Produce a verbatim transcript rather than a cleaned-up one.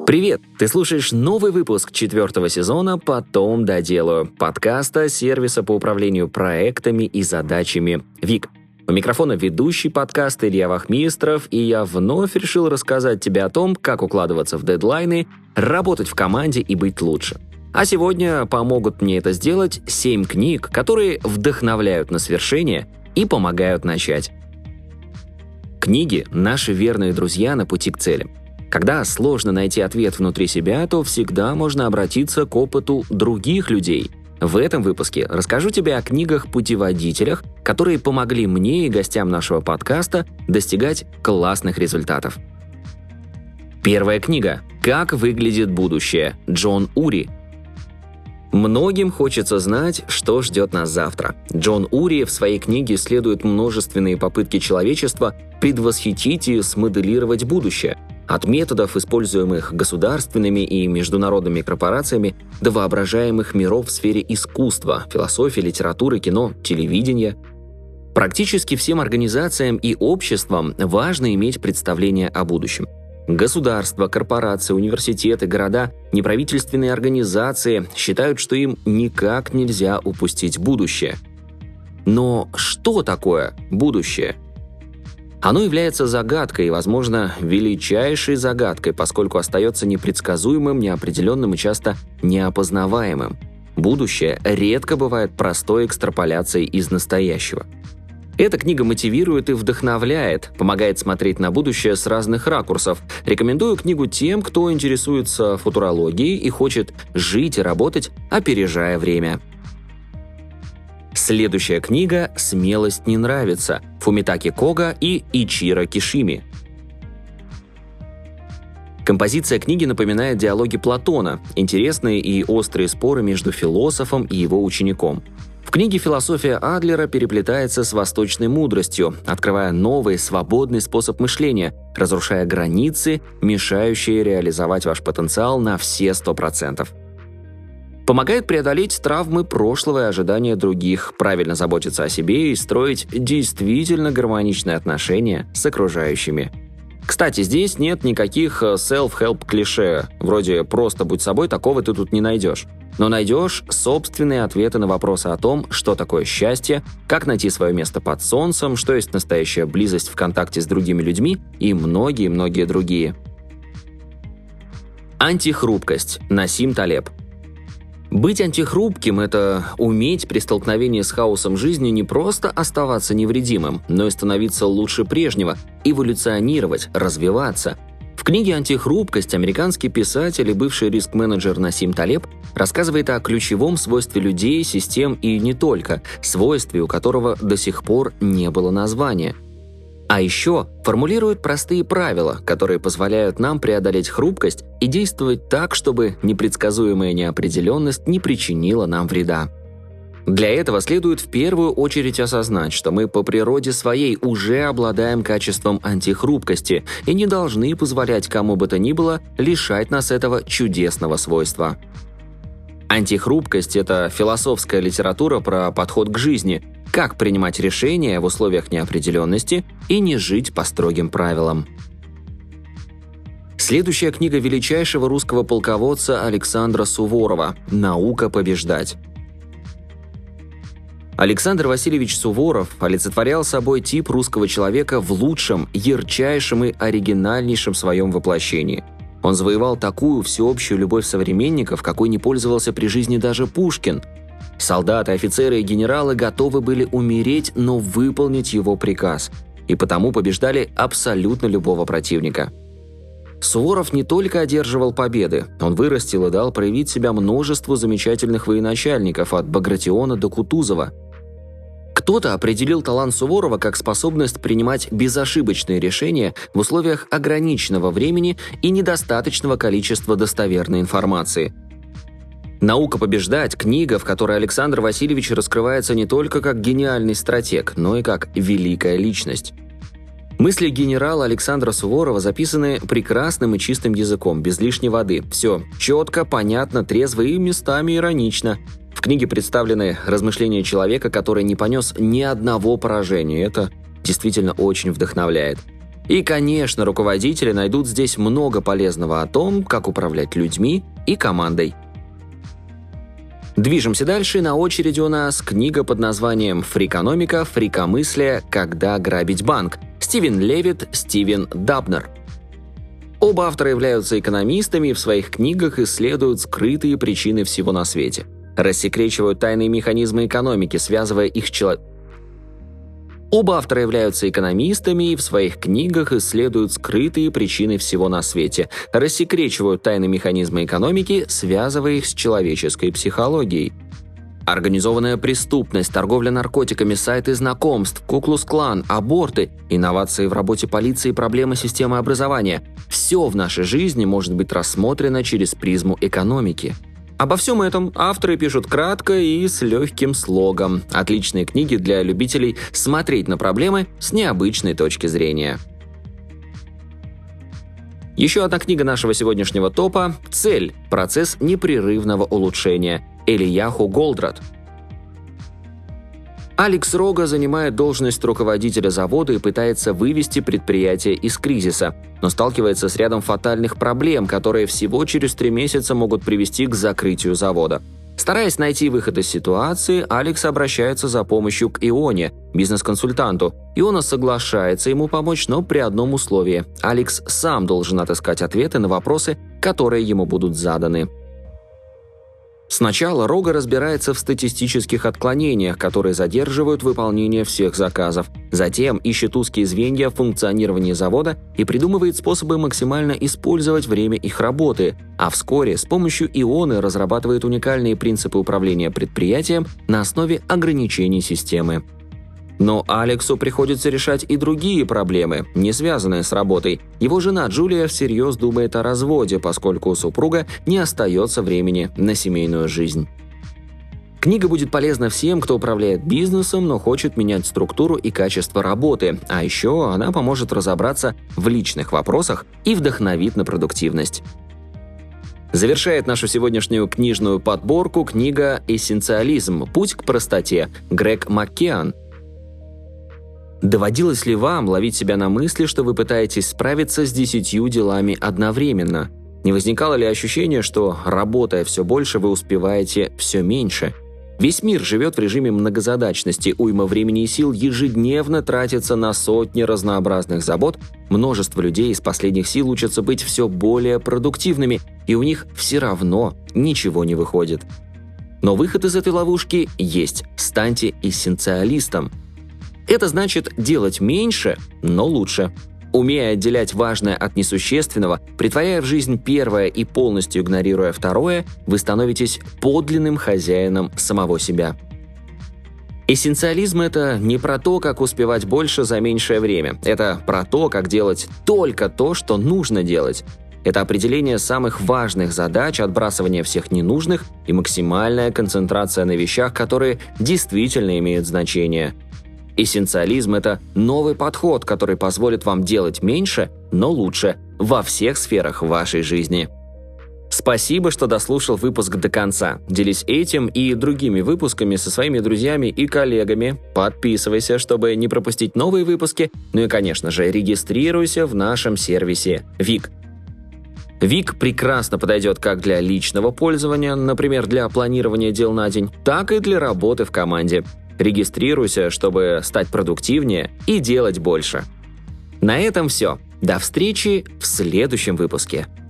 Привет! Ты слушаешь новый выпуск четвертого сезона «Потом доделаю» подкаста сервиса по управлению проектами и задачами ВИК. У микрофона ведущий подкаста Илья Вахмистров, и я вновь решил рассказать тебе о том, как укладываться в дедлайны, работать в команде и быть лучше. А сегодня помогут мне это сделать семь книг, которые вдохновляют на свершение и помогают начать. Книги – наши верные друзья на пути к цели. Когда сложно найти ответ внутри себя, то всегда можно обратиться к опыту других людей. В этом выпуске расскажу тебе о книгах-путеводителях, которые помогли мне и гостям нашего подкаста достигать классных результатов. Первая книга «Как выглядит будущее» Джон Ури. Многим хочется знать, что ждет нас завтра. Джон Ури в своей книге исследует множественные попытки человечества предвосхитить и смоделировать будущее. От методов, используемых государственными и международными корпорациями, до воображаемых миров в сфере искусства, философии, литературы, кино, телевидения. Практически всем организациям и обществам важно иметь представление о будущем. Государства, корпорации, университеты, города, неправительственные организации считают, что им никак нельзя упустить будущее. Но что такое будущее? Оно является загадкой и, возможно, величайшей загадкой, поскольку остается непредсказуемым, неопределенным и часто неопознаваемым. Будущее редко бывает простой экстраполяцией из настоящего. Эта книга мотивирует и вдохновляет, помогает смотреть на будущее с разных ракурсов. Рекомендую книгу тем, кто интересуется футурологией и хочет жить и работать, опережая время. Следующая книга «Смелость не нравится» Фумитаки Кога и Ичиро Кишими. Композиция книги напоминает диалоги Платона, интересные и острые споры между философом и его учеником. В книге философия Адлера переплетается с восточной мудростью, открывая новый, свободный способ мышления, разрушая границы, мешающие реализовать ваш потенциал на все сто процентов. Помогает преодолеть травмы прошлого и ожидания других, правильно заботиться о себе и строить действительно гармоничные отношения с окружающими. Кстати, здесь нет никаких self-help клише, вроде «просто будь собой», такого ты тут не найдешь. Но найдешь собственные ответы на вопросы о том, что такое счастье, как найти свое место под солнцем, что есть настоящая близость в контакте с другими людьми и многие-многие другие. Антихрупкость. Насим Талеб. Быть антихрупким – это уметь при столкновении с хаосом жизни не просто оставаться невредимым, но и становиться лучше прежнего, эволюционировать, развиваться. В книге «Антихрупкость» американский писатель и бывший риск-менеджер Насим Талеб рассказывает о ключевом свойстве людей, систем и не только, свойстве, у которого до сих пор не было названия. А еще формулирует простые правила, которые позволяют нам преодолеть хрупкость и действовать так, чтобы непредсказуемая неопределенность не причинила нам вреда. Для этого следует в первую очередь осознать, что мы по природе своей уже обладаем качеством антихрупкости и не должны позволять кому бы то ни было лишать нас этого чудесного свойства. Антихрупкость – это философская литература про подход к жизни, как принимать решения в условиях неопределенности и не жить по строгим правилам. Следующая книга величайшего русского полководца Александра Суворова «Наука побеждать». Александр Васильевич Суворов олицетворял собой тип русского человека в лучшем, ярчайшем и оригинальнейшем своем воплощении. Он завоевал такую всеобщую любовь современников, какой не пользовался при жизни даже Пушкин. Солдаты, офицеры и генералы готовы были умереть, но выполнить его приказ, и потому побеждали абсолютно любого противника. Суворов не только одерживал победы, он вырастил и дал проявить себя множеству замечательных военачальников, от Багратиона до Кутузова. Кто-то определил талант Суворова как способность принимать безошибочные решения в условиях ограниченного времени и недостаточного количества достоверной информации. «Наука побеждать» – книга, в которой Александр Васильевич раскрывается не только как гениальный стратег, но и как великая личность. Мысли генерала Александра Суворова записаны прекрасным и чистым языком, без лишней воды. Все четко, понятно, трезво и местами иронично. В книге представлены размышления человека, который не понес ни одного поражения. Это действительно очень вдохновляет. И, конечно, руководители найдут здесь много полезного о том, как управлять людьми и командой. Движемся дальше. На очереди у нас книга под названием «Фрикономика. Фрикомыслие. Когда грабить банк». Стивен Левит, Стивен Дабнер. Оба автора являются экономистами и в своих книгах исследуют скрытые причины всего на свете. Рассекречивают тайные механизмы экономики, связывая их с человеком. Оба автора являются экономистами и в своих книгах исследуют скрытые причины всего на свете, рассекречивают тайные механизмы экономики, связывая их с человеческой психологией. Организованная преступность, торговля наркотиками, сайты знакомств, Ку-клукс-клан, аборты, инновации в работе полиции, проблемы системы образования – все в нашей жизни может быть рассмотрено через призму экономики. Обо всем этом авторы пишут кратко и с легким слогом. Отличные книги для любителей смотреть на проблемы с необычной точки зрения. Еще одна книга нашего сегодняшнего топа – «Цель. Процесс непрерывного улучшения». Элияху Голдрат. Алекс Рога занимает должность руководителя завода и пытается вывести предприятие из кризиса, но сталкивается с рядом фатальных проблем, которые всего через три месяца могут привести к закрытию завода. Стараясь найти выход из ситуации, Алекс обращается за помощью к Ионе, бизнес-консультанту. Иона соглашается ему помочь, но при одном условии – Алекс сам должен отыскать ответы на вопросы, которые ему будут заданы. Сначала Рога разбирается в статистических отклонениях, которые задерживают выполнение всех заказов. Затем ищет узкие звенья в функционировании завода и придумывает способы максимально использовать время их работы. А вскоре с помощью Ионы разрабатывает уникальные принципы управления предприятием на основе ограничений системы. Но Алексу приходится решать и другие проблемы, не связанные с работой. Его жена Джулия всерьез думает о разводе, поскольку у супруга не остается времени на семейную жизнь. Книга будет полезна всем, кто управляет бизнесом, но хочет менять структуру и качество работы, а еще она поможет разобраться в личных вопросах и вдохновит на продуктивность. Завершает нашу сегодняшнюю книжную подборку книга «Эссенциализм. Путь к простоте» Грег Маккеан. Доводилось ли вам ловить себя на мысли, что вы пытаетесь справиться с десятью делами одновременно? Не возникало ли ощущение, что, работая все больше, вы успеваете все меньше? Весь мир живет в режиме многозадачности, уйма времени и сил ежедневно тратится на сотни разнообразных забот, множество людей из последних сил учатся быть все более продуктивными, и у них все равно ничего не выходит. Но выход из этой ловушки есть – станьте эссенциалистом. Это значит делать меньше, но лучше. Умея отделять важное от несущественного, притворяя в жизнь первое и полностью игнорируя второе, вы становитесь подлинным хозяином самого себя. Эссенциализм – это не про то, как успевать больше за меньшее время. Это про то, как делать только то, что нужно делать. Это определение самых важных задач, отбрасывание всех ненужных и максимальная концентрация на вещах, которые действительно имеют значение. Эссенциализм – это новый подход, который позволит вам делать меньше, но лучше во всех сферах вашей жизни. Спасибо, что дослушал выпуск до конца. Делись этим и другими выпусками со своими друзьями и коллегами. Подписывайся, чтобы не пропустить новые выпуски. Ну и, конечно же, регистрируйся в нашем сервисе Вик. Вик прекрасно подойдет как для личного пользования, например, для планирования дел на день, так и для работы в команде. Регистрируйся, чтобы стать продуктивнее и делать больше. На этом все. До встречи в следующем выпуске.